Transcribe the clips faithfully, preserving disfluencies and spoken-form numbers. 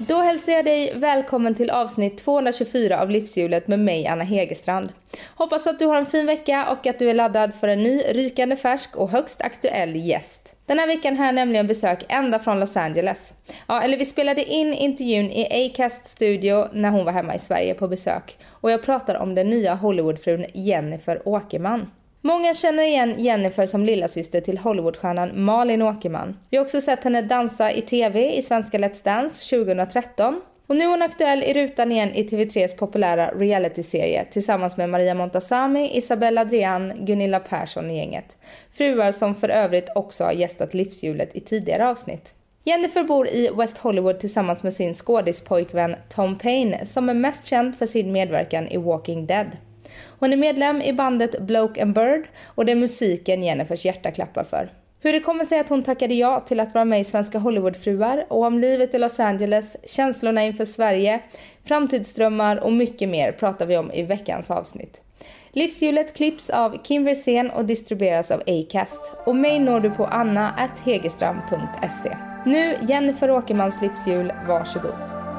Då hälsar jag dig välkommen till avsnitt tvåhundratjugofyra av Livshjulet med mig, Anna Hegerstrand. Hoppas att du har en fin vecka och att du är laddad för en ny, rykande färsk och högst aktuell gäst. Den här veckan har jag nämligen besök ända från Los Angeles. Ja, eller vi spelade in intervjun i Acast Studio när hon var hemma i Sverige på besök. Och jag pratar om den nya Hollywoodfrun Jennifer Åkerman. Många känner igen Jennifer som lillasyster till Hollywoodstjärnan Malin Åkerman. Vi har också sett henne dansa i tv i svenska Let's Dance tjugohundratretton. Och nu är hon aktuell i rutan igen i T V tre:s populära realityserie tillsammans med Maria Montazami, Isabella Adrian, Gunilla Persson i gänget. Fruar som för övrigt också har gästat Livshjulet i tidigare avsnitt. Jennifer bor i West Hollywood tillsammans med sin skådispojkvän Tom Payne som är mest känd för sin medverkan i Walking Dead. Hon är medlem i bandet Bloke and Bird och det är musiken Jennifers hjärta klappar för. Hur det kommer sig att hon tackade ja till att vara med i Svenska Hollywoodfruar och om livet i Los Angeles, känslorna inför Sverige, framtidsdrömmar och mycket mer pratar vi om i veckans avsnitt. Livshjulet klipps av Kim Versén och distribueras av Acast. Och mig når du på anna at hegerstrand punkt se. Nu Jennifer Åkermans livshjul, varsågod.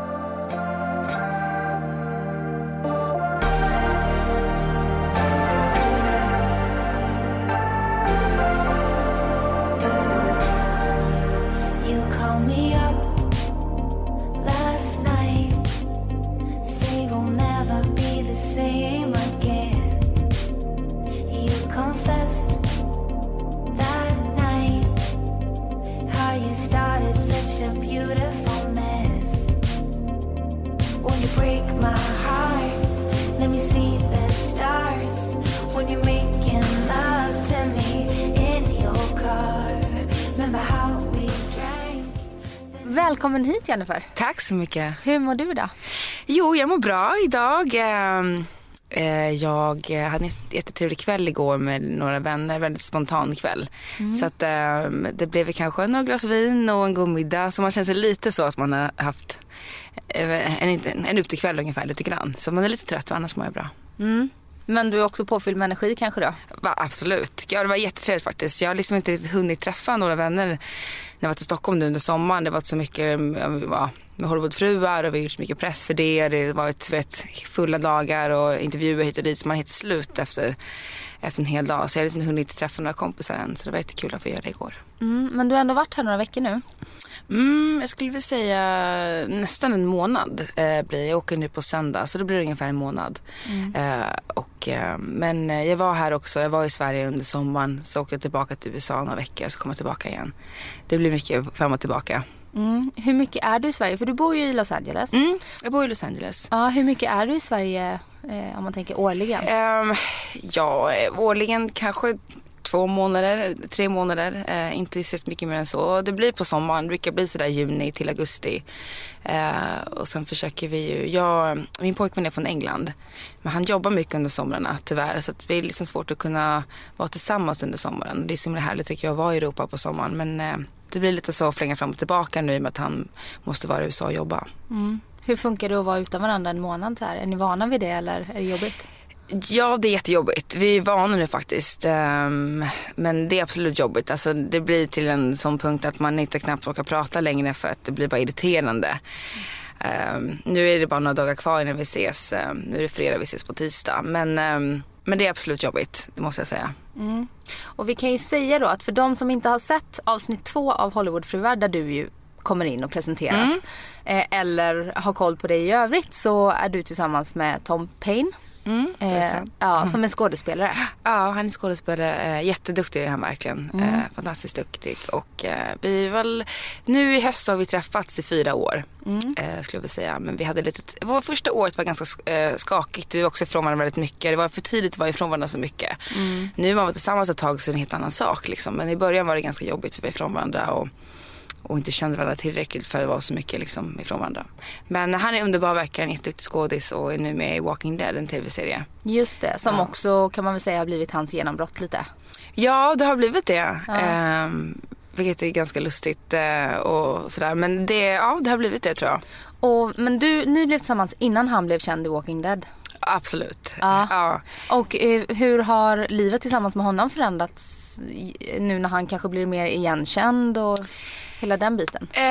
Välkommen hit Jennifer. Tack så mycket. Hur mår du då? Jo, jag mår bra idag. Jag hade en jättetrevlig kväll igår med några vänner, väldigt spontan kväll. Mm. Så att det blev kanske några glas vin och en god middag. Så man känner sig lite så att man har haft en, en utekväll ungefär lite grann. Så man är lite trött och annars mår jag bra. Mm. Men du är också påfylld med energi kanske då? Va, absolut. Ja, det var jättetrevligt faktiskt. Jag har liksom inte riktigt hunnit träffa några vänner när jag var till Stockholm nu under sommaren. Det var så mycket ja, med Hollywoodfruar och vi har gjort så mycket press för det. Det var ett, vet, fulla dagar och intervjuer hit och dit så man är helt slut efter, efter en hel dag. Så jag har liksom hunnit träffa några kompisar än. Så det var jättekul att få göra det igår. Mm, men du har ändå varit här några veckor nu? Mm, jag skulle vilja säga nästan en månad eh, blir jag. åker nu på söndag så det blir ungefär en månad. Mm. Eh, och, eh, men jag var här också, jag var i Sverige under sommaren så åkte jag tillbaka till U S A några veckor så kommer jag tillbaka igen. Det blir mycket fram och tillbaka. Mm. Hur mycket är du i Sverige? För du bor ju i Los Angeles. Mm, jag bor i Los Angeles. Ja, hur mycket är du i Sverige eh, om man tänker årligen? Um, ja, årligen kanske två månader, tre månader. Eh, inte så mycket mer än så. Det blir på sommaren. Det brukar bli sådär juni till augusti. Eh, och sen försöker vi ju... Jag, min pojkvän är från England. Men han jobbar mycket under somrarna tyvärr. Så att det är liksom svårt att kunna vara tillsammans under sommaren. Det är så himla härligt tycker jag att vara i Europa på sommaren. Men eh, det blir lite så flänga fram och tillbaka nu med att han måste vara i U S A och jobba. Mm. Hur funkar det att vara utan varandra en månad så här? Är ni vana vid det eller är det jobbigt? Ja, det är jättejobbigt. Vi är vana nu faktiskt. Um, men det är absolut jobbigt. Alltså, det blir till en sån punkt att man inte knappt orkar prata längre för att det blir bara irriterande. Um, nu är det bara några dagar kvar innan vi ses. Um, nu är det fredag, vi ses på tisdag. Men, um, men det är absolut jobbigt, det måste jag säga. Mm. Och vi kan ju säga då att för de som inte har sett avsnitt två av Hollywoodfruar där du ju kommer in och presenteras mm. eh, eller har koll på dig i övrigt så är du tillsammans med Tom Payne. Mm, eh, ja, som en skådespelare. Ja, han är skådespelare. Eh, jätteduktig är han verkligen. Mm. Eh, fantastiskt duktig. Och eh, vi väl, nu i höst har vi träffats i fyra år. Mm. Eh, skulle jag vilja säga. Men vi hade lite, vår första året var ganska eh, skakigt. Vi var också ifrån varandra väldigt mycket. Det var för tidigt att vara ifrån varandra så mycket. Mm. Nu var vi tillsammans ett tag så är det en helt annan sak. Liksom. Men i början var det ganska jobbigt för vi var ifrån varandra och och inte kände varandra tillräckligt för att vara så mycket liksom ifrån varandra. Men han är underbar, verkligen jätteduktig skådis och är nu med i Walking Dead, en tv-serie. Just det, som ja. också kan man väl säga har blivit hans genombrott lite. Ja, det har blivit det. Ja. Ehm, vilket är ganska lustigt eh, och sådär. Men det, ja, det har blivit det tror jag. Och, men du, ni blev tillsammans innan han blev känd i Walking Dead? Absolut. Ja. Ja. Och eh, hur har livet tillsammans med honom förändrats nu när han kanske blir mer igenkänd? Och... hela den biten? Eh,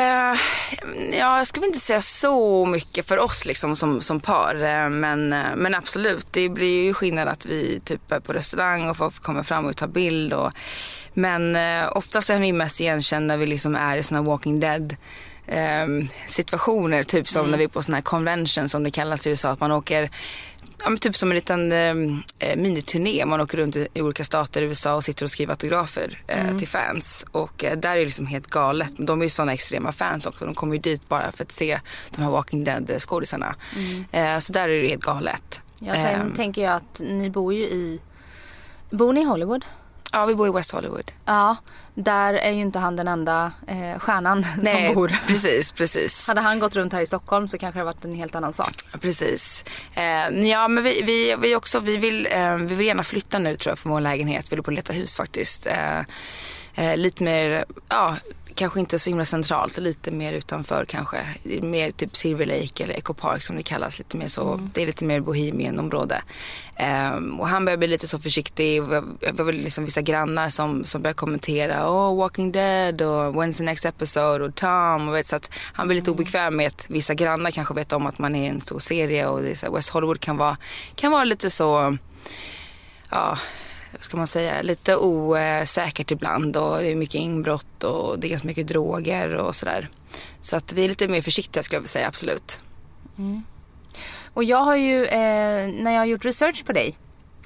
ja, jag skulle inte säga så mycket för oss liksom som, som par. Eh, men, men absolut, det blir ju skillnad att vi typ är på restaurang och folk kommer fram och tar bild. Och, men eh, oftast är vi mest igenkända när vi liksom är i såna Walking Dead eh, situationer. Typ som mm. när vi är på såna här convention som det kallas i U S A. Att man åker... Ja, men typ som en liten eh, miniturné. Man åker runt i, i olika stater i U S A och sitter och skriver autografer eh, mm. till fans. Och eh, där är det liksom helt galet. De är ju sådana extrema fans också. De kommer ju dit bara för att se de här Walking Dead-skådisarna. Mm. Eh, så där är det helt galet. Ja, sen eh, tänker jag att ni bor ju i... Bor ni i Hollywood? Ja, vi bor i West Hollywood. Ja, där är ju inte han den enda eh, stjärnan Nej, som bor. precis, precis. Hade han gått runt här i Stockholm så kanske det varit en helt annan sak. Precis. Eh, ja, men vi, vi, vi också, vi vill, eh, vi vill gärna flytta nu tror jag för vår lägenhet. Vi vill på att leta hus faktiskt. Eh, eh, lite mer, ja... Kanske inte så himla centralt, lite mer utanför kanske. Mer typ Silver Lake eller Echo Park som det kallas. Lite mer så, mm. Det är lite mer bohemian-område. Um, och han börjar bli lite så försiktig. Vi har väl liksom vissa grannar som, som börjar kommentera oh, Walking Dead och When's the next episode och Tom. Och vet, så att han blir lite mm. obekväm med att vissa grannar kanske vet om att man är en stor serie. Och det är så, West Hollywood kan vara, kan vara lite så... Ja... ska man säga, lite osäkert ibland och det är mycket inbrott och det är ganska mycket droger och sådär. Så att vi är lite mer försiktiga skulle jag vilja säga, absolut. Mm. Och jag har ju, eh, när jag har gjort research på dig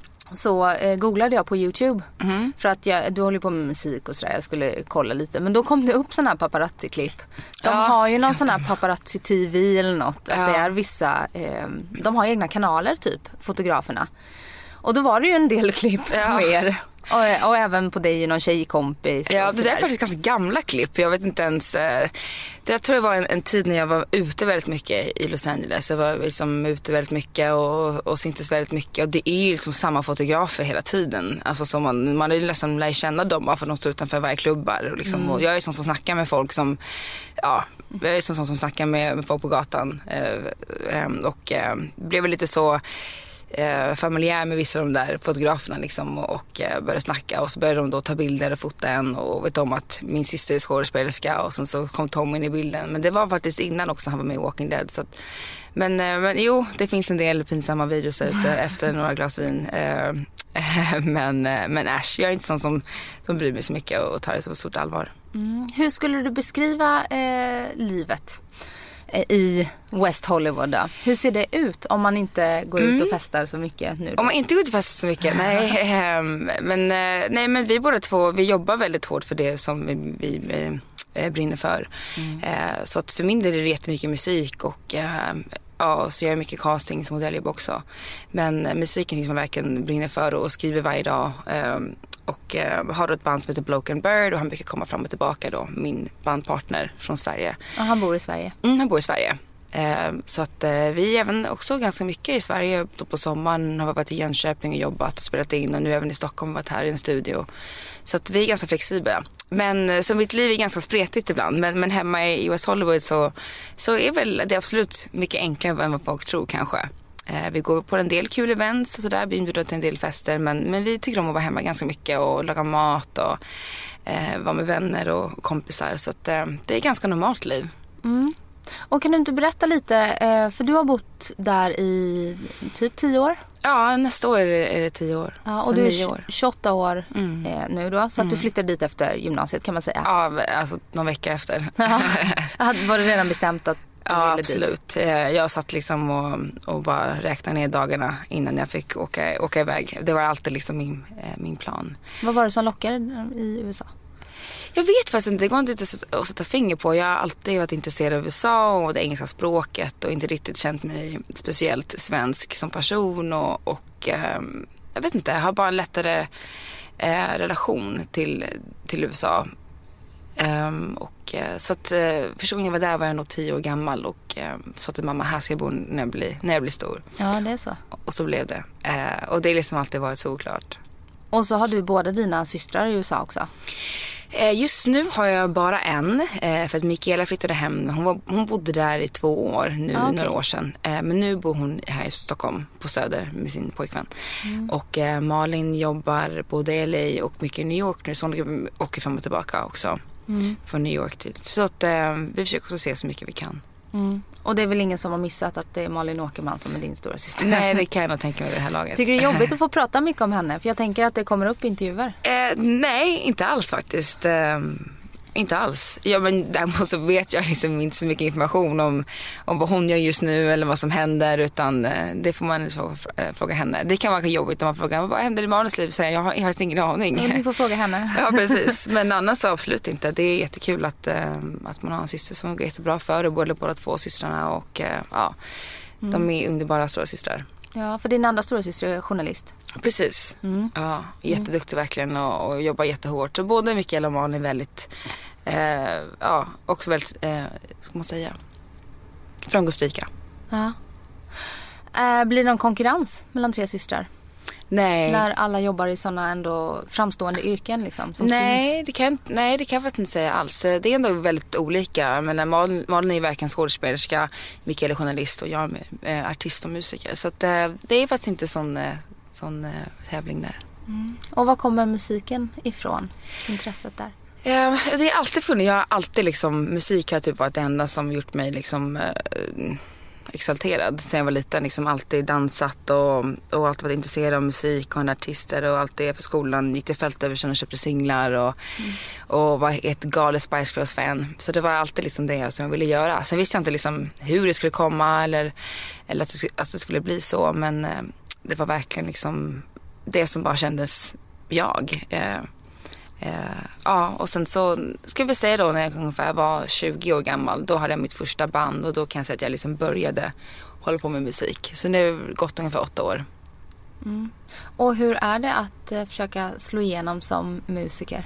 så eh, googlade jag på YouTube mm. för att jag, du håller på med musik och sådär, jag skulle kolla lite. Men då kom det upp sådana här paparazzi-klipp. De ja, har ju någon sån här paparazzi-T V eller något. Ja. Att det är vissa, eh, de har egna kanaler typ, fotograferna. Och då var det ju en del klipp ja. med er. Och, och även på dig och någon tjejkompis. Ja, det där är faktiskt ganska gamla klipp. Jag vet inte ens... Det tror jag var en, en tid när jag var ute väldigt mycket i Los Angeles. Jag var liksom ute väldigt mycket och, och syntes väldigt mycket. Och det är ju liksom samma fotografer hela tiden. Alltså som man, man är ju nästan lär känna dem bara för att de står utanför varje klubbar. Och, liksom, mm. och jag är sån som snackar med folk som... Ja, jag är sån som snackar med, med folk på gatan. Och blev väl lite så... Eh, familjär med vissa av de där fotograferna liksom, och, och eh, började snacka och så började de då ta bilder och fota en och vet om att min syster är skådespelerska och sen så kom Tom in i bilden, men det var faktiskt innan också han var med i Walking Dead så att, men, eh, men jo, det finns en del pinsamma videos ute efter några glas vin eh, men, men äsch, jag är inte sån som, som bryr mig så mycket och tar det så stort allvar. Mm. Hur skulle du beskriva eh, livet i West Hollywood då? Hur ser det ut om man inte går ut och mm. festar så mycket nu då? Om man inte går ut och festar så mycket, nej. men, nej men vi båda två, vi jobbar väldigt hårt för det som vi, vi, vi brinner för. Mm. Så att för min del är det jättemycket musik och ja, så gör jag mycket casting som modelljobb också. Men musiken är som jag verkligen brinner för och skriver varje dag. Och eh, har då ett band som heter Bloke and Bird och han brukar komma fram och tillbaka då, min bandpartner från Sverige. Och han bor i Sverige? Mm, han bor i Sverige. Eh, så att eh, vi är även också ganska mycket i Sverige. Då på sommaren har vi varit i Jönköping och jobbat och spelat in och nu även i Stockholm varit här i en studio. Så att vi är ganska flexibla. Men eh, så mitt liv är ganska spretigt ibland. Men, men hemma i West Hollywood så, så är väl det absolut mycket enklare än vad folk tror kanske. Vi går på en del kul events och sådär, vi inbjuder till en del fester men, men vi tycker om att vara hemma ganska mycket och laga mat och eh, vara med vänner och kompisar så att, eh, det är ganska normalt liv. Mm. Och kan du inte berätta lite, eh, för du har bott där i typ tio år? Ja, nästa år är det, är det tio år. Ja, och du är år. tjugoåtta år mm. eh, nu då, så att mm. du flyttade dit efter gymnasiet kan man säga. Ja, alltså någon vecka efter. Var det redan bestämt att ja, absolut. Dit? Jag satt liksom och, och bara räknade ner dagarna innan jag fick åka, åka iväg. Det var alltid liksom min, min plan. Vad var det som lockade i U S A? Jag vet faktiskt inte, det går inte att sätta finger på. Jag har alltid varit intresserad av U S A och det engelska språket och inte riktigt känt mig speciellt svensk som person. Och, och eh, jag vet inte, jag har bara en lättare eh, relation till, till U S A. Um, och, uh, så att uh, första gången jag var där var jag nog tio år gammal och uh, sa till mamma, här ska jag bo när jag blir, när jag blir stor. Ja, det är så. Och, och så blev det. Uh, och det är liksom alltid varit så oklart. Och så har du båda dina systrar i U S A också? Uh, just nu har jag bara en, uh, för att Mikaela flyttade hem. Hon, var, hon bodde där i två år, nu ah, okay. några år sedan. Uh, men nu bor hon här i Stockholm på Söder med sin pojkvän. Mm. Och uh, Malin jobbar både i L A och mycket i New York nu, så hon åker fram och tillbaka också. mm. från New York till. Så att eh, vi försöker också se så mycket vi kan. Mm. Och det är väl ingen som har missat att det är Malin Åkerman som är din stora syster? Nej, det kan jag nog tänka mig i det här laget. Tycker du det är jobbigt att få prata mycket om henne? För jag tänker att det kommer upp intervjuer. Eh, nej, inte alls faktiskt. Eh, inte alls. Ja, men däremot så vet jag liksom inte så mycket information om, om vad hon gör just nu eller vad som händer, utan eh, det får man fråga, fråga henne. Det kan vara jobbigt om man frågar vad händer i Malins liv, så jag har, jag har ingen aning. Ja, du får fråga henne. Ja, precis. Men annars så absolut inte. Det är jättekul att, eh, att man har en syster som går jättebra för det, både båda två systrarna, och eh, ja, mm. de är underbara stora systrar. Ja, för din andra stora syster är journalist. Precis. Mm. Ja, jätteduktig verkligen och, och jobbar jättehårt. Så både Mikaela och Malin är väldigt, eh, ja, också väldigt, eh, ska man säga, framgångsrika. Ja. Eh, blir det någon konkurrens mellan tre systrar? Nej. När alla jobbar i sådana ändå framstående yrken liksom, som nej, syns. Det kan, nej, det kan jag faktiskt inte säga alls. Det är ändå väldigt olika. Men Malin, Malin är ju verkligen skådespelerska, Mikael är journalist och jag är eh, artist och musiker. Så att, eh, det är faktiskt inte sån, eh, sån eh, tävling där. Mm. Och var kommer musiken ifrån? Intresset där? Eh, det är alltid funnits. Jag har alltid liksom, musik har typ varit det enda som gjort mig liksom... Eh, exalterad sen jag var liten, liksom alltid dansat och, och alltid varit intresserad av musik och artister, och alltid efter skolan gick till Fältöversen och köpte singlar och, mm. och var ett galet Spice Girls-fan. Så det var alltid liksom det som jag ville göra. Sen visste jag inte liksom hur det skulle komma eller, eller att, det, att det skulle bli så, men eh, det var verkligen liksom det som bara kändes jag. Eh, Uh, ja, och sen så ska vi säga då när jag ungefär var tjugo år gammal, då hade jag mitt första band, och då kan jag säga att jag liksom började hålla på med musik. Så nu har det gått ungefär åtta år. Mm. Och hur är det att uh, försöka slå igenom som musiker?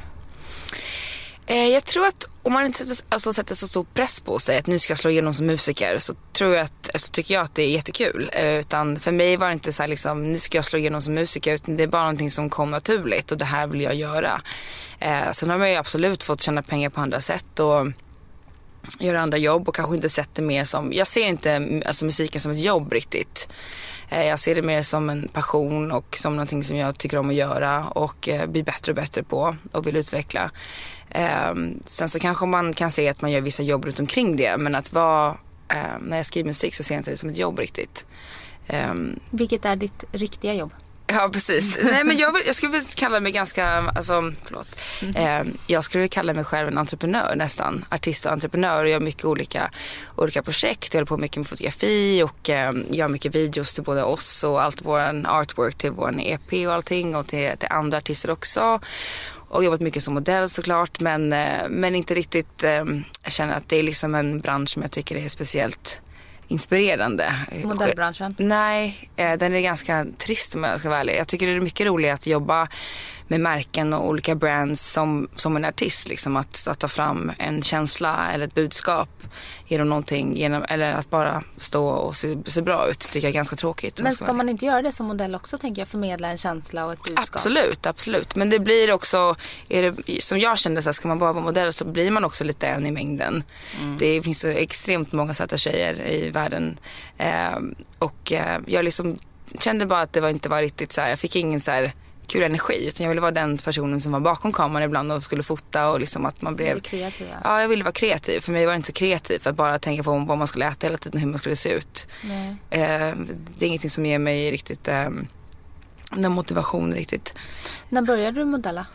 Uh, jag tror att om man inte sätter, alltså, sätter så stor press på sig att nu ska jag slå igenom som musiker, så tror jag att, alltså, tycker jag att det är jättekul. Uh, utan för mig var det inte så här liksom, nu ska jag slå igenom som musiker, utan det är bara någonting som kom naturligt, och det här vill jag göra. Uh, sen har man ju absolut fått tjäna pengar på andra sätt och göra andra jobb, och kanske inte sett det mer som, jag ser inte alltså, musiken som ett jobb riktigt. Uh, jag ser det mer som en passion och som någonting som jag tycker om att göra och uh, bli bättre och bättre på och vill utveckla. Um, sen så kanske man kan se att man gör vissa jobb runt omkring det, men att vara, uh, när jag skriver musik så ser jag inte det som ett jobb riktigt. Um, Vilket är ditt riktiga jobb? Ja, precis. Nej, men jag, jag skulle väl kalla mig ganska, alltså, förlåt. Mm. Um, jag skulle kalla mig själv en entreprenör nästan. Artist och entreprenör, och jag har mycket olika, olika projekt. Jag håller på mycket med fotografi och um, gör mycket videos till både oss och allt vår artwork till vår E P och allting, och till, till andra artister också. Och jobbat mycket som modell såklart, men, men inte riktigt eh, jag känner att det är liksom en bransch som jag tycker är speciellt inspirerande. Modellbranschen? Nej, eh, den är ganska trist om jag ska vara ärlig. Jag tycker det är mycket roligt att jobba med märken och olika brands som, som en artist. Liksom, att, att ta fram en känsla eller ett budskap genom någonting, genom, eller att bara stå och se, se bra ut, tycker jag är ganska tråkigt. Men ska man inte göra det som modell också, tänker jag, förmedla en känsla och ett budskap? Absolut, absolut. Men det blir också, är det, som jag kände, så här, ska man bara vara modell så blir man också lite en i mängden. Mm. Det finns så extremt många söta tjejer i världen. Eh, och eh, jag liksom kände bara att det var inte var riktigt så här, jag fick ingen så här kul energi, utan jag ville vara den personen som var bakom kameran ibland och skulle fota, och liksom att man blev kreativ. Ja, jag ville vara kreativ. För mig var det inte så kreativt att bara tänka på vad man skulle äta hela tiden och hur man skulle se ut. Nej. Eh, det är ingenting som ger mig riktigt eh, någon motivation riktigt. När började du modella?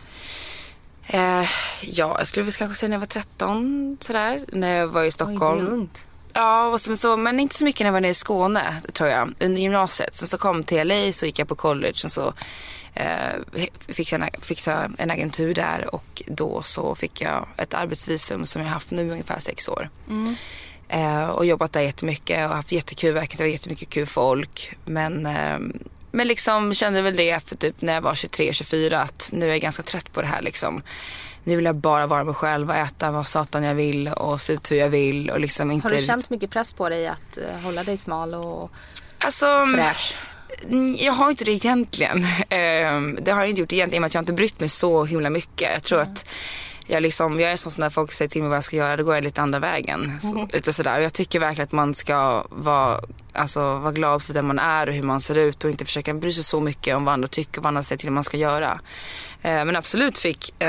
Eh, ja, jag skulle väl kanske säga när jag var tretton sådär, när jag var i Stockholm. Oj, det är ungt. Ja, och som så, men inte så mycket när jag var nere i Skåne, tror jag, under gymnasiet. Sen så kom till L A, så gick jag på college, och så eh, fick, jag en, fick jag en agentur där, och då så fick jag ett arbetsvisum som jag haft nu ungefär sex år. Mm. Eh, och jobbat där jättemycket och haft jättekul, verkligen, det var jättemycket kul folk. Men, eh, men liksom kände väl det efter typ när jag var tjugotre tjugofyra att nu är jag ganska trött på det här liksom. Nu vill jag bara vara mig själv och äta vad satan jag vill och se ut hur jag vill. Och liksom inte... Har du känt mycket press på dig att uh, hålla dig smal och alltså, fräsch? Jag har inte det egentligen. Uh, det har jag inte gjort egentligen, att jag inte brytt mig så himla mycket. Jag tror mm. att jag, liksom, jag är sån när folk säger till mig vad jag ska göra, då går jag lite andra vägen. Så, mm. lite sådär. Jag tycker verkligen att man ska vara, alltså, vara glad för den man är och hur man ser ut, och inte försöka bry sig så mycket om vad andra tycker och vad andra säger till att man ska göra. Uh, men absolut fick... Uh,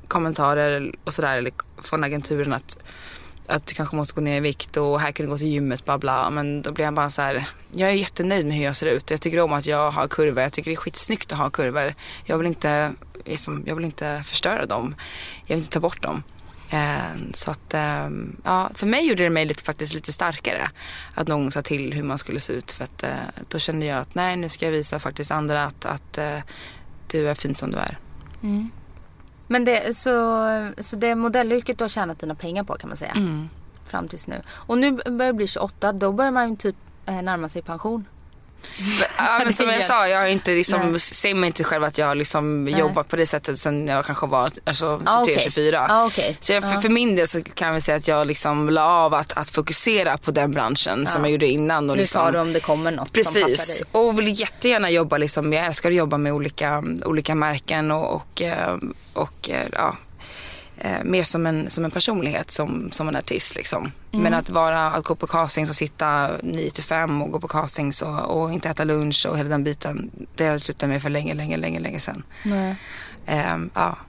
kommentarer och sådär från agenturen att, att du kanske måste gå ner i vikt och här kan du gå till gymmet, bla bla. Men då blir jag bara så här, jag är jättenöjd med hur jag ser ut. Jag tycker om att jag har kurvor. Jag tycker det är skitsnyggt att ha kurvor. Jag vill inte, liksom, jag vill inte förstöra dem. Jag vill inte ta bort dem. Så att, ja, för mig gjorde det mig lite, faktiskt lite starkare att någon sa till hur man skulle se ut, för att då kände jag att nej, nu ska jag visa faktiskt andra att, att du är fin som du är. Mm. Men det, så, så det är modellyrket du har tjänat dina pengar på, kan man säga, mm. fram tills nu. Och nu börjar det bli tjugoåtta, då börjar man typ närma sig pension. Ja, men som jag sa, jag har inte liksom, ser mig inte själv att jag har liksom jobbat på det sättet sen jag kanske var alltså, ah, tjugotre okay. tjugofyra. Ah, okay. Så jag, för, ah. för min del så kan vi säga att jag liksom la av att, att fokusera på den branschen ah. som jag gjorde innan. Och nu liksom, sa du om det kommer något precis, som passar dig. Och vill jättegärna jobba liksom, jag älskar att jobba med olika, olika märken och, och, och, och ja, mer som en, som en personlighet som, som en artist liksom. Mm. Men att vara, att gå på castings och sitta nio till fem och gå på castings och, och inte äta lunch och hela den biten, det har jag slutat med för länge, länge, länge, länge sedan. Nej. Um, ja.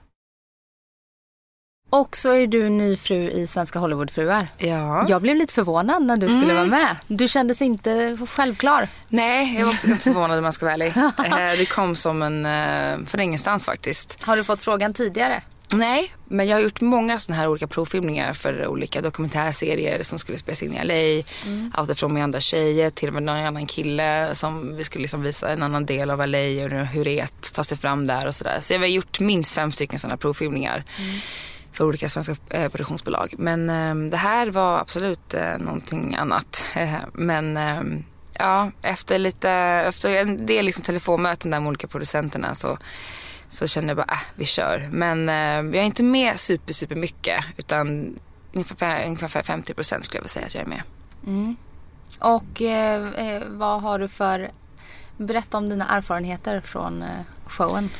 Och så är du ny fru i Svenska Hollywoodfruar. Ja. Jag blev lite förvånad när du skulle mm. vara med. Du kändes inte självklar. Nej, jag var också inte förvånad om man ska vara ärlig. Det kom som en, från ingenstans faktiskt. Har du fått frågan tidigare? Nej, men jag har gjort många såna här olika provfilmningar för olika dokumentärserier som skulle spelas in i L A. Mm. Allt från med andra tjejer till med någon annan kille som vi skulle liksom visa en annan del av L A och hur det är att ta sig fram där och sådär. Så jag har gjort minst fem stycken sådana provfilmningar mm. för olika svenska eh, produktionsbolag. Men eh, det här var absolut eh, någonting annat. men eh, ja, efter lite efter en del liksom telefonmöten där med olika producenterna så Så kände jag bara, äh, vi kör. Men eh, jag är inte med super, super mycket. Utan ungefär, ungefär femtio procent skulle jag vilja säga att jag är med. Mm. Och eh, vad har du för... Berätta om dina erfarenheter från eh, showen.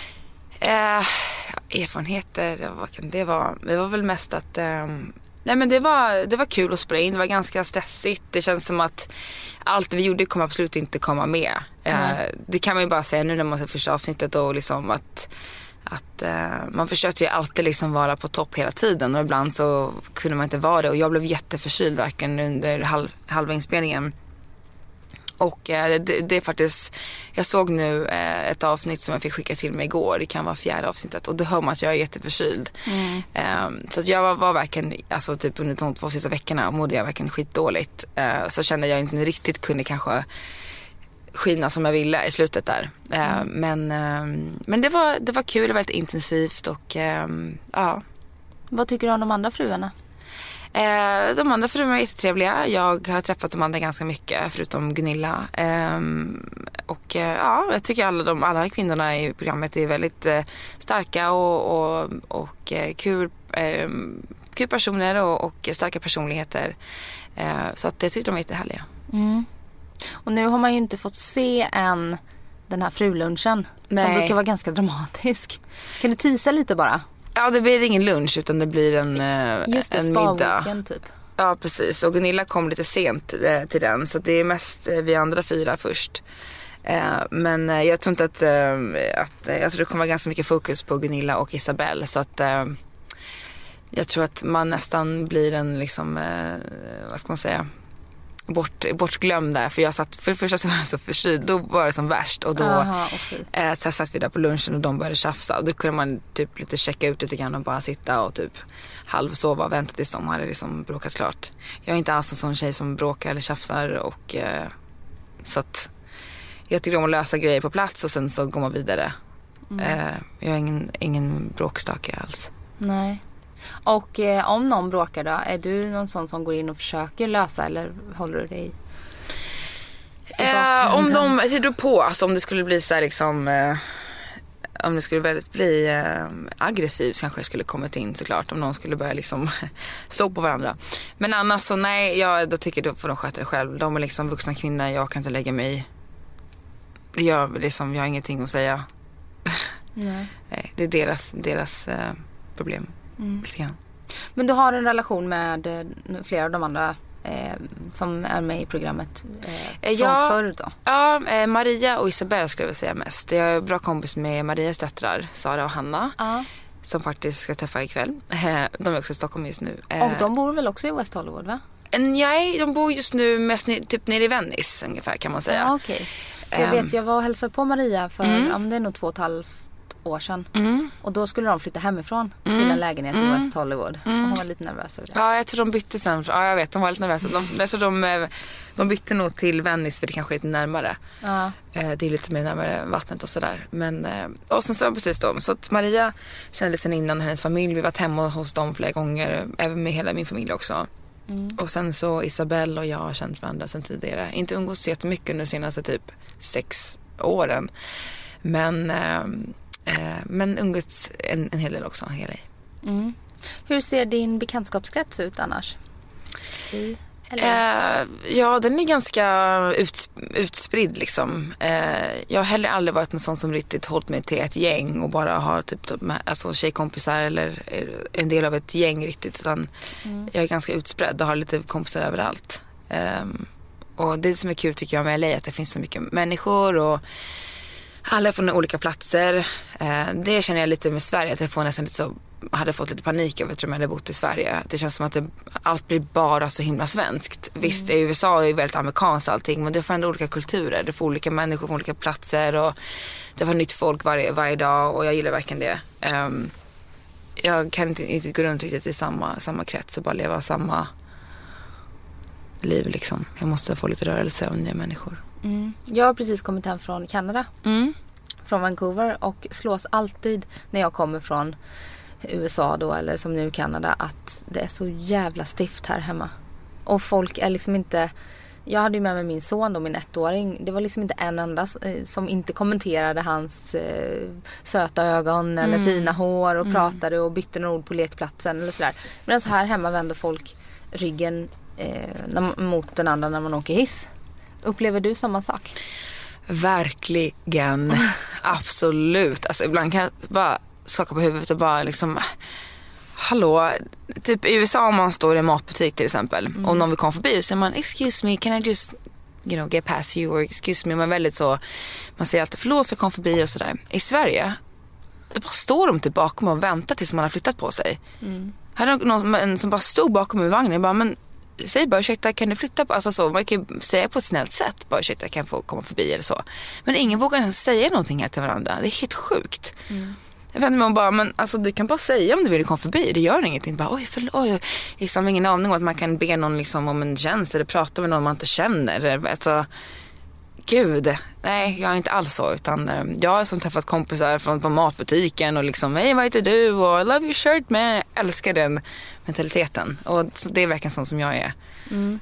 Eh, erfarenheter, vad kan det vara? Det var väl mest att... Eh, nej men det var, det var kul att spela in. Det var ganska stressigt. Det känns som att allt vi gjorde kommer absolut inte komma med. Mm. Eh, det kan man ju bara säga nu när man ser första avsnittet. Och liksom att, att eh, man försökte ju alltid liksom vara på topp hela tiden. Och ibland så kunde man inte vara det. Och jag blev jätteförkyld verkligen under halv, halva inspelningen. Och eh, det, det är faktiskt, jag såg nu eh, ett avsnitt som jag fick skicka till mig igår. Det kan vara fjärde avsnittet. Och då hör man att jag är jätteförkyld. Mm. Eh, så att jag var, var verkligen, alltså typ under de två sista veckorna mådde jag verkligen skitdåligt. Eh, så kände jag inte riktigt kunde kanske skina som jag ville i slutet där. Eh, mm. Men, eh, men det, var, det var kul, det var väldigt intensivt och eh, ja. Vad tycker du om de andra fruarna? Eh, de andra fruarna är jättetrevliga. Jag har träffat de andra ganska mycket förutom Gunilla. Eh, och eh, ja, jag tycker alla de alla kvinnorna i programmet är väldigt eh, starka och, och, och eh, kul, eh, kul personer och, och starka personligheter. Eh, så att jag tycker de är jättehärliga. Mm. Och nu har man ju inte fått se än den här frulunchen. Nej. Som brukar vara ganska dramatisk. Kan du tisa lite bara? Ja, det blir ingen lunch utan det blir en, Just det, en middag. Typ. Ja, precis. Och Gunilla kom lite sent till den. Så det är mest vi andra fyra först. Men jag tror inte att, att jag tror det kommer vara ganska mycket fokus på Gunilla och Isabelle. Så att jag tror att man nästan blir en liksom, vad ska man säga, Bort, bortglömd där. För jag satt, för det första så var jag så förkyld. Då var det som värst. Och då Aha, okay. eh, så satt vi där på lunchen och de började tjafsa. Och då kunde man typ lite checka ut lite grann och bara sitta och typ halvsova och vänta tills de hade liksom bråkat klart. Jag är inte alls en sån tjej som bråkar eller tjafsar. Och, eh, så att jag tycker om att lösa grejer på plats och sen så går man vidare. Mm. Eh, jag är ingen, ingen bråkstake alls. Nej. Och eh, om någon bråkar då, är du någon sån som går in och försöker lösa eller håller du dig i eh, om de, det beror på, alltså om det skulle bli så här liksom eh, om det skulle väldigt bli eh, aggressivt så kanske jag skulle kommit in såklart om någon skulle börja liksom slå på varandra. Men annars så nej, jag då tycker då får de sköta det själv. De är liksom vuxna kvinnor, jag kan inte lägga mig i. Det gör liksom, jag har ingenting att säga. Nej. Nej, det är deras, deras eh, problem. Mm. Men du har en relation med eh, flera av de andra eh, som är med i programmet eh, från ja, förr då? Ja, eh, Maria och Isabelle skulle jag säga mest. Jag är bra kompis med Marias döttrar, Sara och Hanna. Ja. som faktiskt ska träffa ikväll. De är också i Stockholm just nu. Och de bor väl också i West Hollywood, va? Nej, de bor just nu mest typ nere i Venice ungefär, kan man säga. Ja, okej. Okay. Jag vet, jag var och hälsade på Maria för mm. om det är nog två och ett halvt år sedan. Mm. Och då skulle de flytta hemifrån mm. till en lägenhet mm. i West Hollywood. Mm. Och hon var lite nervös över det. Ja, jag tror de bytte sen. Ja, jag vet, de var lite nervösa. De, jag tror de, de bytte nog till Venice för det kanske är lite närmare. Ja. Det är lite mer närmare vattnet och sådär. Men, och sen så var precis då. Så att Maria kände sen innan hennes familj. Vi var hemma hos dem flera gånger. Även med hela min familj också. Mm. Och sen så Isabelle och jag har känt varandra sen tidigare. Inte umgås så jättemycket under de senaste typ sex åren. Men... Eh, Men umgåtts en, en hel del också. Hela. Mm. Hur ser din bekantskapskrets ut annars? I, eh, ja, den är ganska ut, utspridd liksom. Eh, jag har heller aldrig varit en sån som riktigt hållit mig till ett gäng och bara har typ, typ alltså, tjejkompisar eller en del av ett gäng riktigt. Utan mm. jag är ganska utspridd och har lite kompisar överallt. Eh, och det som är kul tycker jag med L A är att det finns så mycket människor och alla från olika platser. Det känner jag lite med Sverige. Att jag får nästan lite så, hade fått lite panik över att jag hade bott i Sverige. Det känns som att det, allt blir bara så himla svenskt. Mm. Visst, i U S A är det väldigt amerikanskt allting. Men du får ändå olika kulturer. Du får olika människor från olika platser. Och det var nytt folk varje, varje dag. Och jag gillar verkligen det. Um, jag kan inte, inte gå runt riktigt i samma, samma krets och bara leva samma liv liksom. Jag måste få lite rörelse och nya människor. Mm. Jag har precis kommit hem från Kanada. Mm. Från Vancouver. Och slås alltid när jag kommer från U S A då, eller som nu Kanada, att det är så jävla stift här hemma. Och folk är liksom inte... Jag hade ju med mig min son då, min ettåring. Det var liksom inte en enda som inte kommenterade hans eh, söta ögon eller mm. fina hår och mm. pratade och bytte några ord på lekplatsen eller sådär. Men så här hemma vänder folk ryggen eh, mot den andra när man åker hiss. Upplever du samma sak? Verkligen. Absolut. Alltså ibland kan jag bara skaka på huvudet och bara liksom... Hallå, typ i U S A om man står i en matbutik till exempel mm. och någon vill komma förbi och säger man excuse me, can I just you know, get past you or excuse me, man är väldigt så, man säger alltid förlåt för att komma förbi och sådär. I Sverige det bara står de typ bakom och väntar tills man har flyttat på sig. Mm. Här är någon som bara stod bakom mig i vagnen och bara, men säg bara ursäkta, kan du flytta på, alltså så, man kan ju säga på ett snällt sätt bara ursäkta, kan jag få komma förbi eller så. Men ingen vågar ens säga någonting här till varandra. Det är helt sjukt. Mm. Jag vänder mig och bara, men alltså du kan bara säga om du vill komma förbi. Det gör ingenting. Bara, oj, förlåt. Oj. Liksom ingen aning om att man kan be någon liksom om en tjänst eller prata med någon man inte känner. Alltså, gud. Nej, jag är inte alls så. Utan jag har som träffat kompisar från på matbutiken och liksom, hej, vad heter du? Och I love your shirt, man. Jag älskar den mentaliteten. Och det är verkligen sån som jag är. Mm.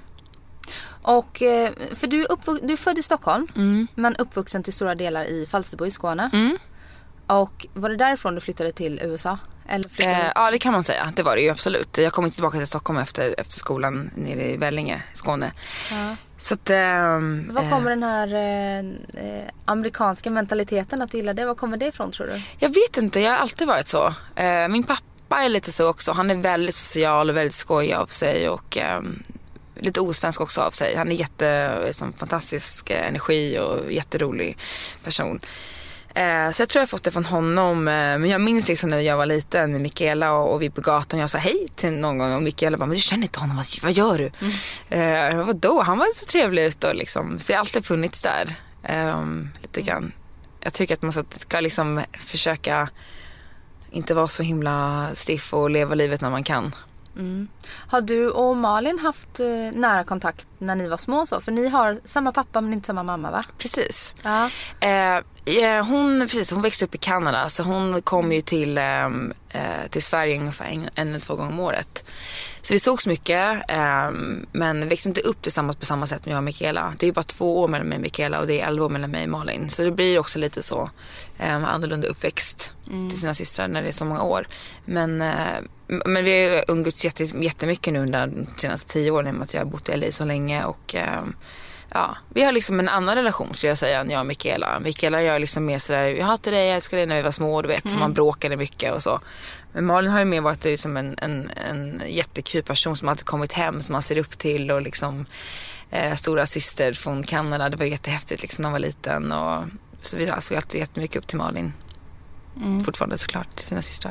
Och, för du är, uppvux- du är född i Stockholm, mm. men uppvuxen till stora delar i Falsterbo i Skåne. Mm. Och var det därifrån du flyttade till U S A? Eller flyttade... eh, ja, det kan man säga. Det var det ju absolut. Jag kom inte tillbaka till Stockholm efter, efter skolan nere i Vellinge, Skåne. Ja. Så att, eh, var kommer den här eh, amerikanska mentaliteten att gilla det? Var kommer det ifrån, tror du? Jag vet inte. Jag har alltid varit så. Eh, min pappa är lite så också. Han är väldigt social och väldigt skojig av sig och... Eh, lite osvensk också av sig. Han är jätte, liksom, fantastisk energi och jätterolig person. Eh, så jag tror jag har fått det från honom. Eh, men jag minns liksom när jag var liten med Mikaela och, och vi på gatan. Jag sa hej till någon gång och Mikaela bara, men du känner inte honom, vad, vad gör du? Mm. Eh, vadå? Han var så trevlig ut och liksom, så jag har alltid funnits där. Eh, lite grann. Jag tycker att man ska liksom försöka inte vara så himla stiff och leva livet när man kan. Mm. Har du och Malin haft eh, nära kontakt när ni var små så? För ni har samma pappa men inte samma mamma, va? Precis. Ja. Eh, hon, precis, hon växte upp i Kanada så hon kom ju till, eh, till Sverige ungefär en, en eller två gånger om året. Så vi sågs mycket eh, men växte inte upp tillsammans på samma sätt med jag och Mikaela. Det är ju bara två år mellan mig och Mikaela och det är elva år mellan mig och Malin. Så det blir också lite så eh, annorlunda uppväxt mm. till sina systrar när det är så många år. Men eh, Men vi har umgåtts jättemycket nu under de senaste tio åren med att jag har bott i L A så länge och eh, ja, vi har liksom en annan relation skulle jag säga än jag och Mikaela. Mikaela och jag är liksom mer sådär, jag hatar dig, jag älskar dig när vi var små, du vet, mm. så man bråkade mycket och så. Men Malin har ju mer varit liksom en, en, en jättekul person som alltid kommit hem, som man ser upp till och liksom eh, stora syster från Kanada, det var jättehäftigt liksom när man var liten och så vi såg alltid jättemycket upp till Malin. Mm. Fortfarande såklart till sina systrar.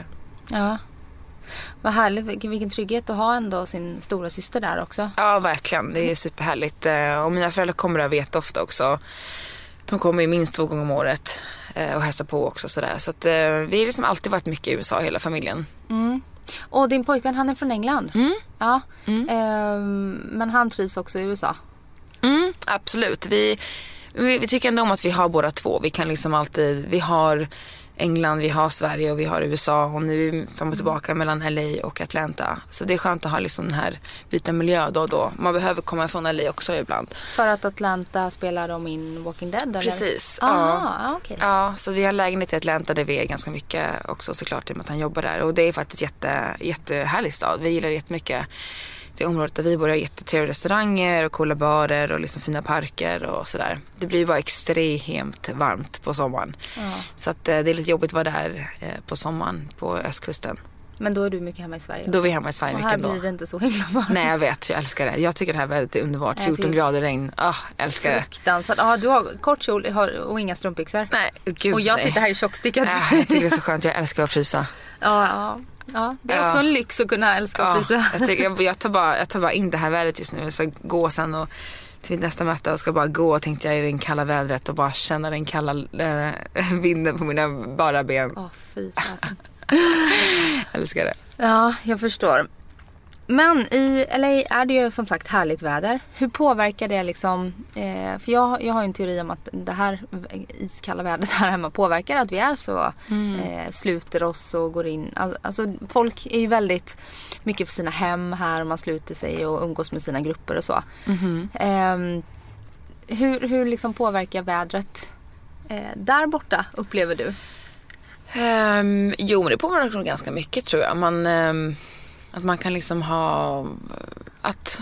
Ja. Vad härligt, vilken, vilken trygghet att ha ändå sin stora syster där också. Ja, verkligen. Det är superhärligt. Och mina föräldrar kommer att veta ofta också. De kommer ju minst två gånger om året och hälsar på också. Sådär. Så att, vi har liksom alltid varit mycket i U S A, hela familjen. Mm. Och din pojkvän, han är från England? Mm. Ja. Mm. Ehm, men han trivs också i U S A? Mm, absolut. Vi, vi, vi tycker ändå om att vi har båda två. Vi kan liksom alltid, vi har England, vi har Sverige och vi har U S A. Och nu är vi fram och tillbaka mellan L A och Atlanta. Så det är skönt att ha liksom den här byta miljö då och då. Man behöver komma ifrån L A också ibland. För att Atlanta spelar de in Walking Dead? Eller? Precis. Ah, ja. Okay. Ja, så vi har en lägenhet i Atlanta där vi är ganska mycket också, såklart, i och med att han jobbar där. Och det är faktiskt jätte, jättehärlig stad. Vi gillar det jättemycket. Det området där vi bor är jättetrevliga restauranger och coola barer och liksom fina parker och sådär. Det blir bara extremt varmt på sommaren. Ja. Så att, eh, det är lite jobbigt att vara där eh, på sommaren på östkusten. Men då är du mycket hemma i Sverige också. Då är vi hemma i Sverige och mycket ändå. här blir det inte så himla varmt. Nej, jag vet. Jag älskar det. Jag tycker det här vädret är underbart. fjorton grader regn. Ah, älskar det. Fruktansvärt. Ja, du har kort kjol och inga strumpbyxor. Nej, gud. Och jag nej. sitter här i tjockstickad. Ja, jag tycker det är så skönt. Jag älskar att frysa. Ja, ja. Ja, det är ja. också en lyx att kunna älska att frysa. Ja, jag, tycker, jag, jag, tar bara, jag tar bara in det här vädret just nu. Jag ska gå sen och till nästa möte och ska bara gå, tänkte jag, i den kalla vädret och bara känna den kalla äh, vinden på mina bara ben. Åh, oh, fy fasen. Älskar det. Ja, jag förstår. Men i L A är det ju som sagt härligt väder. Hur påverkar det liksom, eh, för jag, jag har ju en teori om att det här iskalla vädret här hemma påverkar att vi är så, mm. eh, sluter oss och går in. Alltså folk är ju väldigt mycket för sina hem här och man sluter sig och umgås med sina grupper och så. Mm. Eh, hur, hur liksom påverkar vädret eh, där borta, upplever du? Um, jo, men det påverkar nog ganska mycket, tror jag. Man... Um... Att man kan liksom ha att,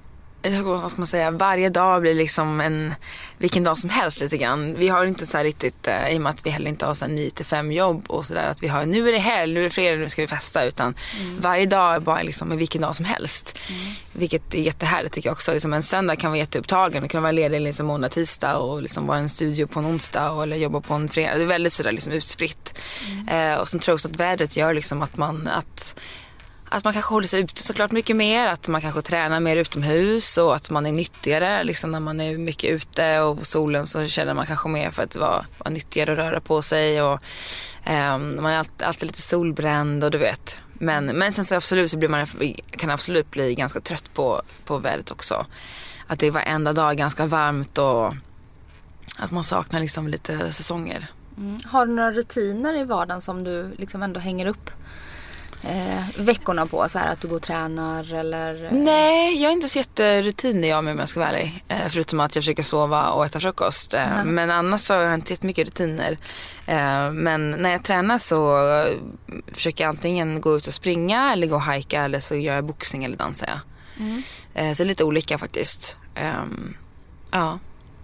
vad ska man säga, varje dag blir liksom en, vilken dag som helst lite grann. Vi har inte så här riktigt, i och med att vi heller inte har så här nio till fem jobb och sådär, att vi har, nu är det helg, nu är det fredag, nu ska vi festa, utan mm. varje dag är bara liksom vilken dag som helst. Mm. Vilket är jättehärligt tycker jag också. Liksom en söndag kan vara jätteupptagen, det kan vara ledig liksom måndag, tisdag och liksom vara en studio på en onsdag och, eller jobba på en fredag. Det är väldigt sådär liksom utspritt. Mm. Eh, och sen tror jag också att vädret gör liksom att man, att Att man kanske håller sig ute såklart mycket mer. Att man kanske tränar mer utomhus. Och att man är nyttigare. Liksom när man är mycket ute och på solen så känner man kanske mer för att vara, vara nyttigare och röra på sig. Och, um, man är alltid, alltid lite solbränd och du vet. Men, men sen så absolut så blir man, kan absolut bli ganska trött på, på vädret också. Att det är varenda dag ganska varmt och att man saknar liksom lite säsonger. Mm. Har du några rutiner i vardagen som du liksom ändå hänger upp Eh, veckorna på, så här att du går och tränar eller? Nej, jag är inte så jätterutiner jag med, om jag ska vara ärlig. Eh, förutom att jag försöker sova och äta frukost. Eh, mm. Men annars så har jag inte jättemycket rutiner. Eh, men när jag tränar så försöker jag antingen gå ut och springa eller gå och hajka, eller så gör jag boxning eller dansar jag. Mm. Eh, så det är lite olika faktiskt. Eh, ja.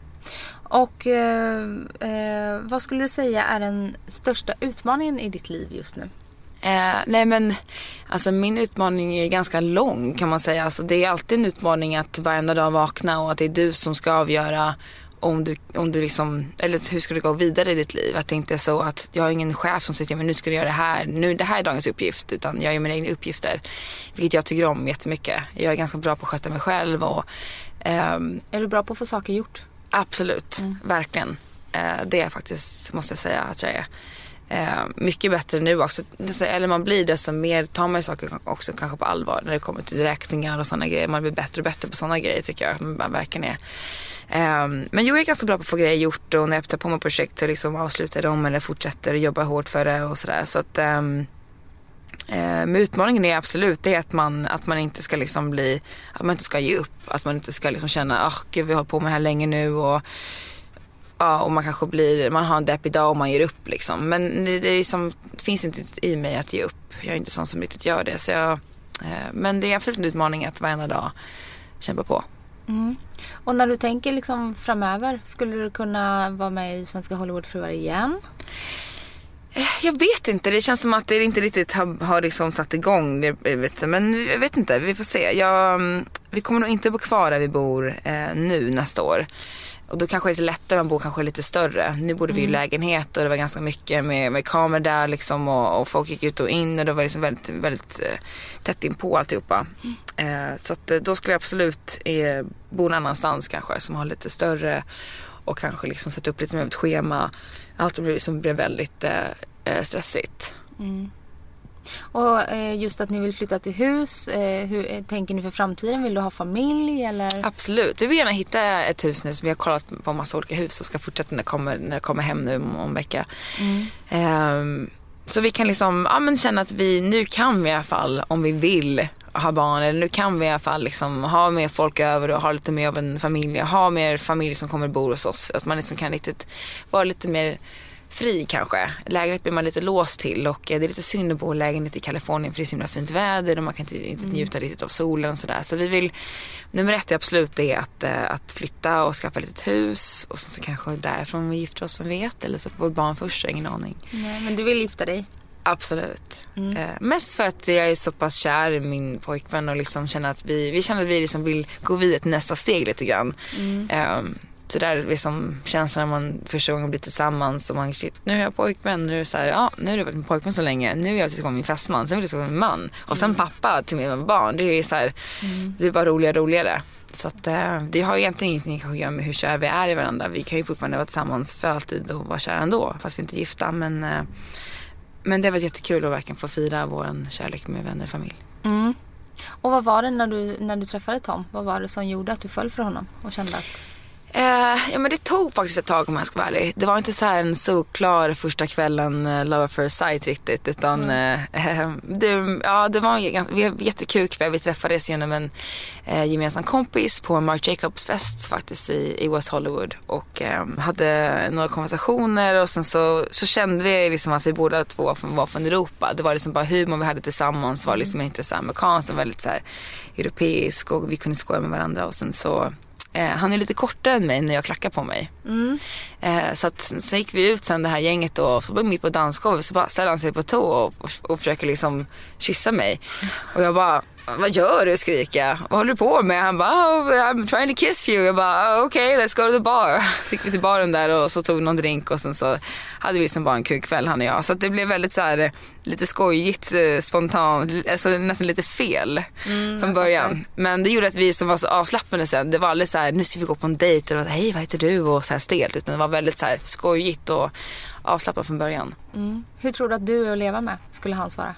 Och eh, eh, vad skulle du säga är den största utmaningen i ditt liv just nu? Eh, nej men alltså min utmaning är ganska lång, kan man säga. Alltså, det är alltid en utmaning att varenda dag vakna och att det är du som ska avgöra om du, om du liksom, eller hur ska du gå vidare i ditt liv. Att det inte är så att jag har ingen chef som säger men nu ska du göra det här, nu det här är dagens uppgift, utan jag gör mina egna uppgifter, vilket jag tycker om jättemycket. Jag är ganska bra på att sköta mig själv och, ehm, är du bra på att få saker gjort? Absolut, mm. verkligen. eh, det är faktiskt, måste jag säga att jag är. Eh, mycket bättre nu också. Eller man blir det, så mer tar man ju saker också kanske på allvar när det kommer till räkningar och sådana grejer. Man blir bättre och bättre på sådana grejer, tycker jag. Man verkligen är. Eh, men jag är ganska bra på att få grejer gjort, och när jag tar på mig projekt så liksom avslutar dem eller fortsätter jobba hårt för det och sådär. Så att eh, men utmaningen är absolut det är att man, att man inte ska liksom bli, att man inte ska ge upp, att man inte ska liksom känna åh, gud, vi har på med här länge nu, och ja, och man kanske blir, man har en deppig dag och man ger upp liksom. Men det, det, är som, det finns inte i mig att ge upp. Jag är inte sån som riktigt gör det. Så jag, eh, men det är absolut en utmaning att varje dag kämpa på. Mm. Och när du tänker liksom framöver, skulle du kunna vara med i Svenska Hollywoodfruar igen? Jag vet inte, det känns som att det inte riktigt har, har liksom satt igång det, vet, men jag vet inte, vi får se. Jag, vi kommer nog inte bo kvar där vi bor eh, nu nästa år. Och då kanske det är lite lättare, man bor kanske lite större. Nu bodde vi i lägenhet och det var ganska mycket med, med kameror där liksom, och, och folk gick ut och in och det var liksom väldigt, väldigt eh, tätt in på alltihopa. Mm. Eh, så att, då skulle jag absolut eh, bo någon annanstans kanske som har lite större och kanske liksom sätta upp lite mer av ett schema. Allt blev, liksom, blev väldigt eh, stressigt. Mm. Och eh, just att ni vill flytta till hus, eh, hur tänker ni för framtiden? Vill du ha familj eller? Absolut, vi vill gärna hitta ett hus nu. Så vi har kollat på en massa olika hus och ska fortsätta när det kommer, när det kommer hem nu om, om en vecka. Mm. Eh, så vi kan liksom, ja, men känna att vi, nu kan vi i alla fall, om vi vill ha barn, eller nu kan vi i alla fall liksom ha mer folk över och ha lite mer av en familj, ha mer familj som kommer och bor hos oss. Att man liksom kan riktigt vara lite mer fri kanske. Lägenhet blir man lite låst till och det är lite synd att bo i lägenhet i Kalifornien för det är så himla fint väder och man kan inte, inte njuta mm. riktigt av solen och sådär. Så vi vill, nummer ett är absolut det att, att flytta och skaffa ett litet hus och sen så kanske därifrån vi gifter oss, vem vet, eller så får barn först, ingen aning. Nej, men du vill gifta dig? Absolut. Mm. Eh, mest för att jag är så pass kär i min pojkvän och liksom känner att vi, vi känner att vi liksom vill gå vidare till nästa steg lite grann. Mm. Eh, Så där liksom känslan när man första gången blir tillsammans och man, shit, nu är jag pojkvän, nu är det så här, ja, nu har jag varit min pojkvän så länge, nu är jag tillsammans med min fästman, sen vill jag tillsammans med min man och sen pappa till mina barn, det är ju så här, mm. det är bara roligare och roligare. Så att eh, det har egentligen ingenting att göra med hur kär vi är i varandra. Vi kan ju fortfarande vara tillsammans för alltid och vara kära ändå, fast vi inte är gifta, men, eh, men det var jättekul att verkligen få fira vår kärlek med vänner och familj. Mm. Och vad var det när du, när du träffade Tom? Vad var det som gjorde att du föll för honom och kände att Uh, ja, men det tog faktiskt ett tag om jag ska vara ärlig. Det var inte så här en så klar första kvällen uh, Love at First Sight riktigt, utan mm. uh, det, ja, det var en jättekul kväll. Vi träffades genom en uh, gemensam kompis på Marc Jacobs fest faktiskt i, i West Hollywood och um, hade några konversationer och sen så, så kände vi liksom att vi båda två var från Europa. Det var liksom bara humor vi hade tillsammans var liksom inte så amerikanskt, det var lite så här europeisk och vi kunde skoja med varandra och sen så Eh, han är lite kortare än mig när jag klackar på mig. Mm. Eh, så att sen gick vi ut sen det här gänget då, och så var vi mitt på dansgolvet så bara ställer han sig på tå och, och, och försöker liksom kyssa mig. Och jag bara, vad gör du, skrika? Vad håller du på med? Han bara, oh, I'm trying to kiss you. Jag bara, oh, okej, okay, let's go to the bar. Så gick vi till baren där och så tog någon drink och sen så hade vi liksom bara en kul kväll han och jag. Så att det blev väldigt så här, lite skojigt, spontant, alltså nästan lite fel mm, från början. Okay. Men det gjorde att vi som var så avslappnade sen, det var aldrig så här, nu ska vi gå på en dejt eller hej, vad heter du? Och så här stelt, utan det var väldigt så här skojigt och avslappnat från början. Mm. Hur tror du att du är att leva med, skulle han svara?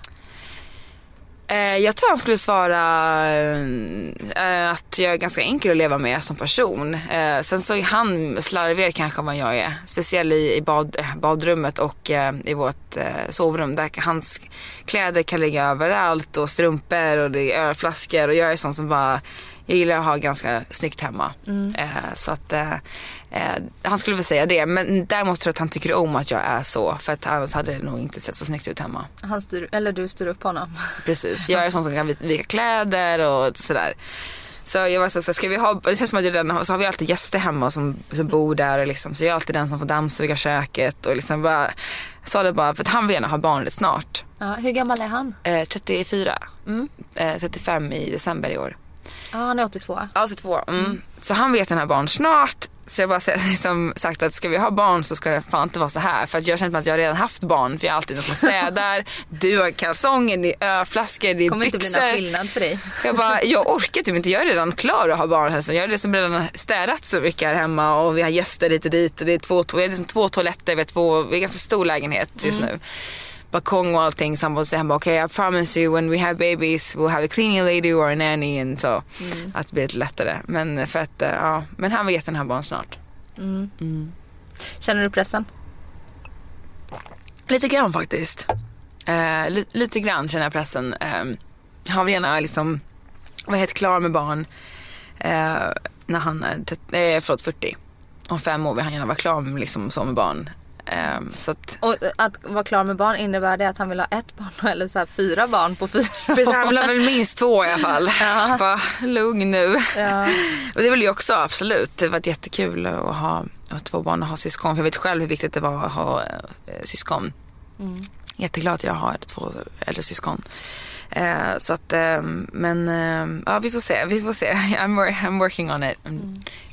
Jag tror han skulle svara äh, att jag är ganska enkel att leva med som person. Äh, sen så är han slarvigare kanske än vad jag är. Speciellt i, i bad, badrummet och äh, i vårt äh, sovrum. Där hans kläder kan ligga överallt och strumpor och det är ölflaskor. Och jag är sån som bara, jag gillar att ha ganska snyggt hemma. Mm. Äh, så att äh, han skulle väl säga det. Men däremot tror jag att han tycker om att jag är så. För att annars hade det nog inte sett så snyggt ut hemma. Han styr, eller du styr upp honom. Precis, jag är sån som kan vika kläder och sådär. Så jag var så, så ska vi ha, det känns som att jag redan, så har vi alltid gäster hemma som, som bor där och liksom, så jag är alltid den som får dammsuga köket och liksom bara, sa det bara för att han vill gärna ha barn lite snart. Ja, hur gammal är han? Eh, trettiofyra. Mm. Eh, trettiofem i december i år. Ja, han är åttiotvå. Ja, åttiotvå. Mm. Mm. Så han vet den här barn snart. Så jag bara liksom sagt att ska vi ha barn så ska det fan inte vara så här. För att jag känner att jag har redan haft barn. För jag har alltid något som städar. Du har kalsonger, det är ölflaskor, det är kommer byxor. Kommer inte bli någon skillnad för dig. Jag bara, jag orkar typ inte. Jag är redan klar att ha barn. Alltså. Jag har liksom redan städat så mycket här hemma. Och vi har gäster hit och dit. Och det är två, vi har liksom två toaletter. Vi har två, vi är ganska stor lägenhet just mm. nu. Balkong och allting. Så han bara säger, okej, okay, I promise you when we have babies we'll have a cleaning lady or a nanny. And så. Mm. Att det blir lite lättare. Men för att, ja. Men han vet den här barn snart. Mm. Mm. Känner du pressen? Lite grann faktiskt. Eh, li- lite grann känner jag pressen. Eh, han vill gärna liksom vara helt klar med barn eh, när han är t- eh, förlåt, fyrtio. Om fem år vill han gärna vara klar med, liksom, så med barn. Eh, så att... Och att vara klar med barn, innebär det att han vill ha ett barn eller så här fyra barn på fyra år? Precis, han vill ha väl minst två i alla fall. Ja. Bara, lugn nu. Ja. Och det vill jag också, absolut. Det var jättekul att ha, att ha två barn och ha syskon. För jag vet själv hur viktigt det var att ha eh, syskon. Mm. Jätteglad att jag har två äldre syskon. Eh, så att, eh, men eh, ja, vi får se, vi får se. I'm, I'm working on it. Mm.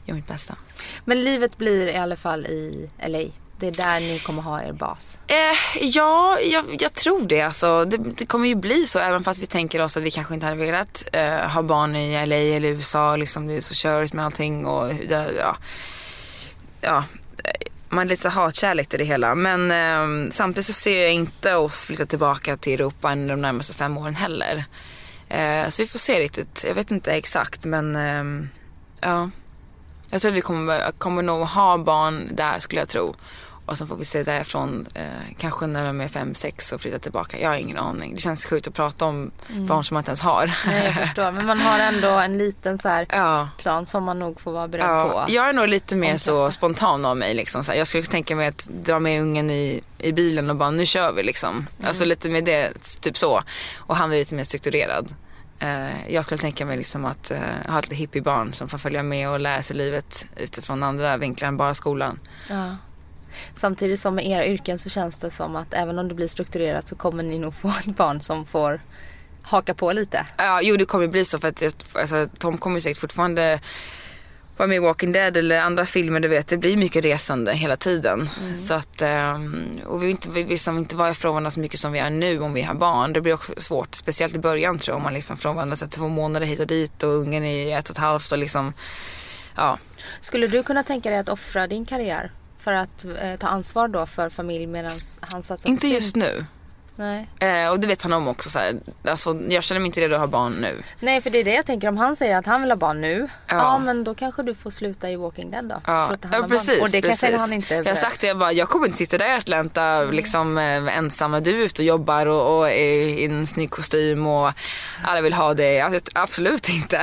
gör mitt bästa. Men livet blir i alla fall i L A. Det är där ni kommer ha er bas. Eh, ja, jag, jag tror det. Alltså, det. Det kommer ju bli så, även fast vi tänker oss att vi kanske inte hade velat eh, ha barn i L A eller U S A. Liksom, det är så körigt med allting. Och, ja, ja, man är lite så hatkärlek till det hela. Men eh, samtidigt så ser jag inte oss flytta tillbaka till Europa under de närmaste fem åren heller. Eh, så vi får se riktigt. Jag vet inte exakt, men eh, ja. Jag tror att vi kommer, kommer nog ha barn där, skulle jag tro. Och sen får vi se därifrån, eh, kanske när de är fem, sex och flytta tillbaka. Jag har ingen aning. Det känns sjukt att prata om mm. barn som man inte ens har. Nej, jag förstår. Men man har ändå en liten så här ja. plan som man nog får vara beredd ja. på. Jag är nog lite mer så spontan av mig. Liksom. Så här, jag skulle tänka mig att dra med ungen i, i bilen och bara, nu kör vi. Liksom. Mm. Alltså lite med det, typ så. Och han är lite mer strukturerad. Uh, jag skulle tänka mig liksom att uh, ha lite hippiebarn som får följa med och lära sig livet utifrån andra vinklar än bara skolan. Ja. Samtidigt som med era yrken så känns det som att även om det blir strukturerat så kommer ni nog få ett barn som får haka på lite. Ja, jo, det kommer bli så för att alltså, Tom kommer säkert fortfarande vara med i Walking Dead eller andra filmer, du vet. Det blir mycket resande hela tiden. Mm. Så att, och vi vill inte, vi vill liksom inte vara ifrån varandra så mycket som vi är nu om vi har barn. Det blir också svårt, speciellt i början tror jag, om man liksom från varandra så två månader hit och dit och ungen är ett och ett halvt och liksom, ja. Skulle du kunna tänka dig att offra din karriär för att eh, ta ansvar då för familj medan han satsar inte på sin? Just nu. Nej. Eh, och det vet han om också så här. Alltså, jag känner mig inte redo att ha barn nu. Nej, för det är det jag tänker. Om han säger att han vill ha barn nu, ja, ja men då kanske du får sluta i Walking Dead då. Ja, för att han ja har precis. Barn. Och det precis. kanske han inte är. Jag har sagt det, jag bara, jag kommer inte sitta där i Atlanta mm. liksom eh, ensam. Du är ute och jobbar och, och är i en snygg kostym och alla vill ha det. Jag, absolut inte.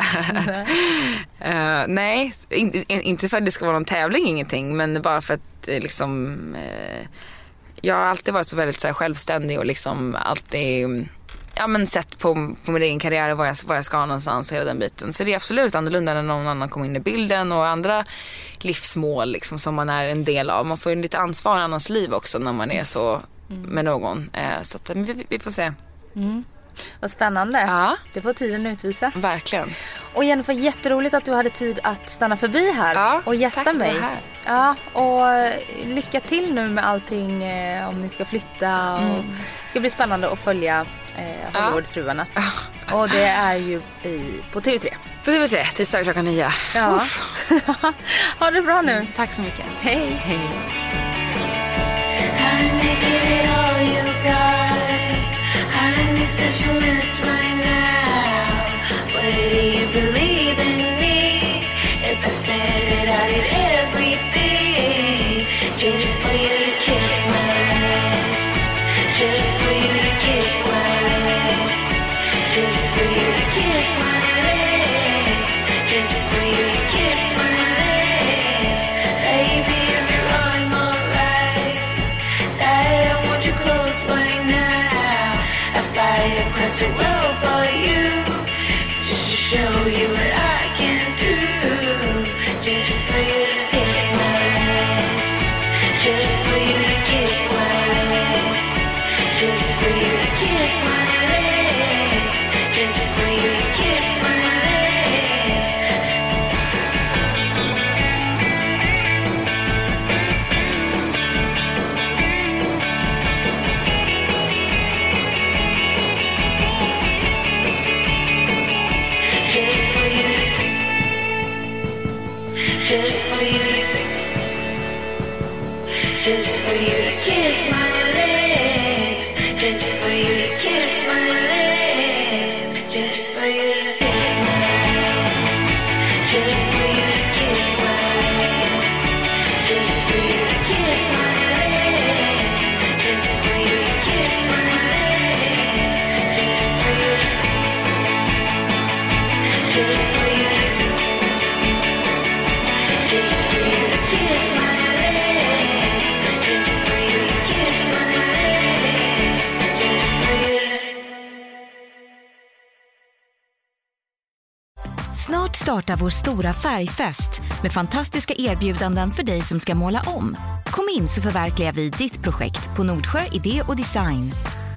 Nej, uh, nej in, in, inte för att det ska vara någon tävling, ingenting. Men bara för att eh, liksom... Eh, jag har alltid varit så väldigt så här, självständig och liksom alltid ja, men sett på, på min egen karriär och var jag, var jag ska någonstans och hela den biten. Så det är absolut annorlunda när någon annan kommer in i bilden och andra livsmål liksom, som man är en del av. Man får ju lite ansvar i annans liv också när man är så mm. med någon. Eh, så att, vi, vi får se. Mm. Vad spännande. Ja. Det får tiden utvisa. Verkligen. Och Jennifer, jätteroligt att du hade tid att stanna förbi här ja, och gästa mig. Här. Ja, och lycka till nu med allting eh, om ni ska flytta. Och mm. Det ska bli spännande att följa eh, Hollywoodfruarna. Ja. Och det är ju i, på T V tre. På T V tre, tisdag klockan nio. Ja. Ha det bra nu. Mm, tack så mycket. Hej. Hej. Such a mess right now. But do you believe in me? If I said that I did everything just for you to kiss my lips, just for you to kiss my lips, just for you to kiss my lips, just for you to kiss my lips. Baby, is it wrong or right that I want your clothes by now? I fight across the world for you, just to show you what I can do. Just for you to kiss my lips, just for you to kiss my lips, just for you to kiss my lips, just for you to kiss my just for you, just for you to kiss my lips, just for you to kiss my lips, just for you to kiss my lips, just for you to kiss my lips, just for you to kiss my lips, just for you to kiss my lips, just for you, just for you. Just for you to kiss my lips, just for you to kiss my lips, just for you. Snart startar vår stora färgfest med fantastiska erbjudanden för dig som ska måla om. Kom in så förverkligar vi ditt projekt på Nordsjö Idé och Design.